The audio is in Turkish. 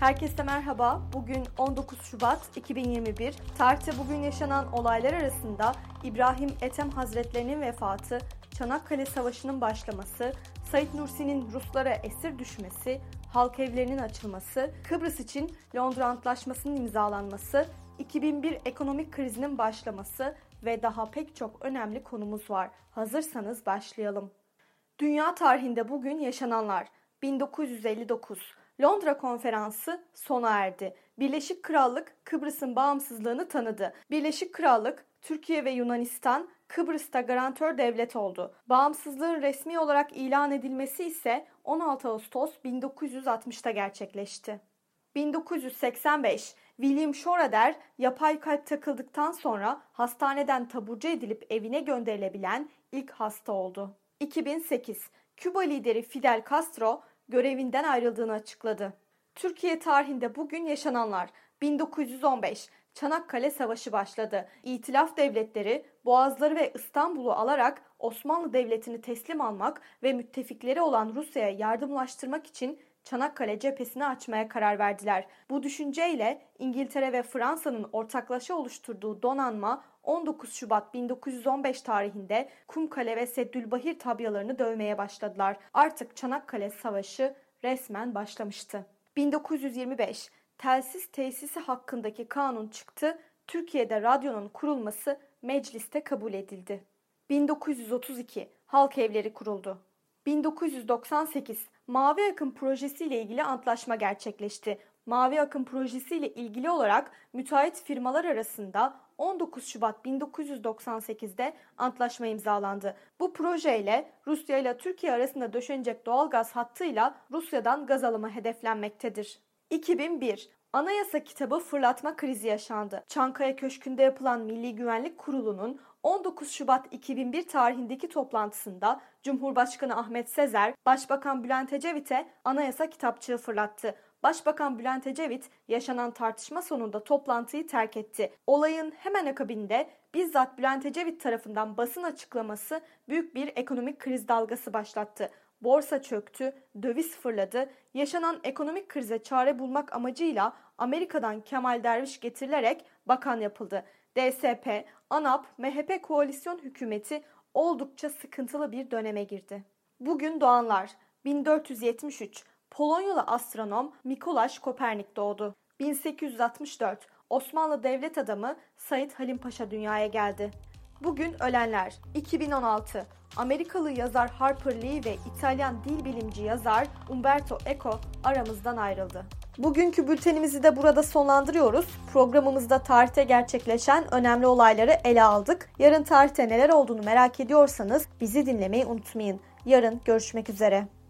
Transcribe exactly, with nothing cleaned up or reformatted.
Herkese merhaba. Bugün on dokuz Şubat iki bin yirmi bir. Tarihte bugün yaşanan olaylar arasında İbrahim Ethem Hazretlerinin vefatı, Çanakkale Savaşı'nın başlaması, Said Nursi'nin Ruslara esir düşmesi, halk evlerinin açılması, Kıbrıs için Londra Antlaşması'nın imzalanması, iki bin bir ekonomik krizinin başlaması ve daha pek çok önemli konumuz var. Hazırsanız başlayalım. Dünya tarihinde bugün yaşananlar. bin dokuz yüz elli dokuz Londra Konferansı sona erdi. Birleşik Krallık Kıbrıs'ın bağımsızlığını tanıdı. Birleşik Krallık, Türkiye ve Yunanistan Kıbrıs'ta garantör devlet oldu. Bağımsızlığın resmi olarak ilan edilmesi ise on altı Ağustos bin dokuz yüz altmışta gerçekleşti. bin dokuz yüz seksen beş William Schroeder yapay kalp takıldıktan sonra hastaneden taburcu edilip evine gönderilebilen ilk hasta oldu. iki bin sekiz Küba lideri Fidel Castro görevinden ayrıldığını açıkladı. Türkiye tarihinde bugün yaşananlar. bin dokuz yüz on beş Çanakkale Savaşı başladı. İtilaf devletleri Boğazları ve İstanbul'u alarak Osmanlı Devleti'ni teslim almak ve müttefikleri olan Rusya'ya yardım ulaştırmak için Çanakkale cephesini açmaya karar verdiler. Bu düşünceyle İngiltere ve Fransa'nın ortaklaşa oluşturduğu donanma on dokuz Şubat bin dokuz yüz on beş tarihinde Kumkale ve Seddülbahir tabyalarını dövmeye başladılar. Artık Çanakkale Savaşı resmen başlamıştı. bin dokuz yüz yirmi beş Telsiz tesisi hakkındaki kanun çıktı. Türkiye'de radyonun kurulması mecliste kabul edildi. bin dokuz yüz otuz iki Halk evleri kuruldu. bin dokuz yüz doksan sekiz Mavi Akım Projesi ile ilgili antlaşma gerçekleşti. Mavi Akım Projesi ile ilgili olarak müteahhit firmalar arasında on dokuz Şubat bin dokuz yüz doksan sekizde antlaşma imzalandı. Bu projeyle Rusya ile Türkiye arasında döşenecek doğalgaz hattıyla Rusya'dan gaz alımı hedeflenmektedir. iki bin bir Anayasa kitabı fırlatma krizi yaşandı. Çankaya Köşkü'nde yapılan Milli Güvenlik Kurulu'nun on dokuz Şubat iki bin bir tarihindeki toplantısında Cumhurbaşkanı Ahmet Sezer, Başbakan Bülent Ecevit'e anayasa kitapçığı fırlattı. Başbakan Bülent Ecevit yaşanan tartışma sonunda toplantıyı terk etti. Olayın hemen akabinde bizzat Bülent Ecevit tarafından basın açıklaması büyük bir ekonomik kriz dalgası başlattı. Borsa çöktü, döviz fırladı. Yaşanan ekonomik krize çare bulmak amacıyla Amerika'dan Kemal Derviş getirilerek bakan yapıldı. D S P, ANAP, M H P koalisyon hükümeti oldukça sıkıntılı bir döneme girdi. Bugün doğanlar. bin dört yüz yetmiş üç Polonyalı astronom Mikołaj Kopernik doğdu. bin sekiz yüz altmış dört Osmanlı devlet adamı Said Halim Paşa dünyaya geldi. Bugün ölenler. iki bin on altı Amerikalı yazar Harper Lee ve İtalyan dil bilimci yazar Umberto Eco aramızdan ayrıldı. Bugünkü bültenimizi de burada sonlandırıyoruz. Programımızda tarihte gerçekleşen önemli olayları ele aldık. Yarın tarihte neler olduğunu merak ediyorsanız bizi dinlemeyi unutmayın. Yarın görüşmek üzere.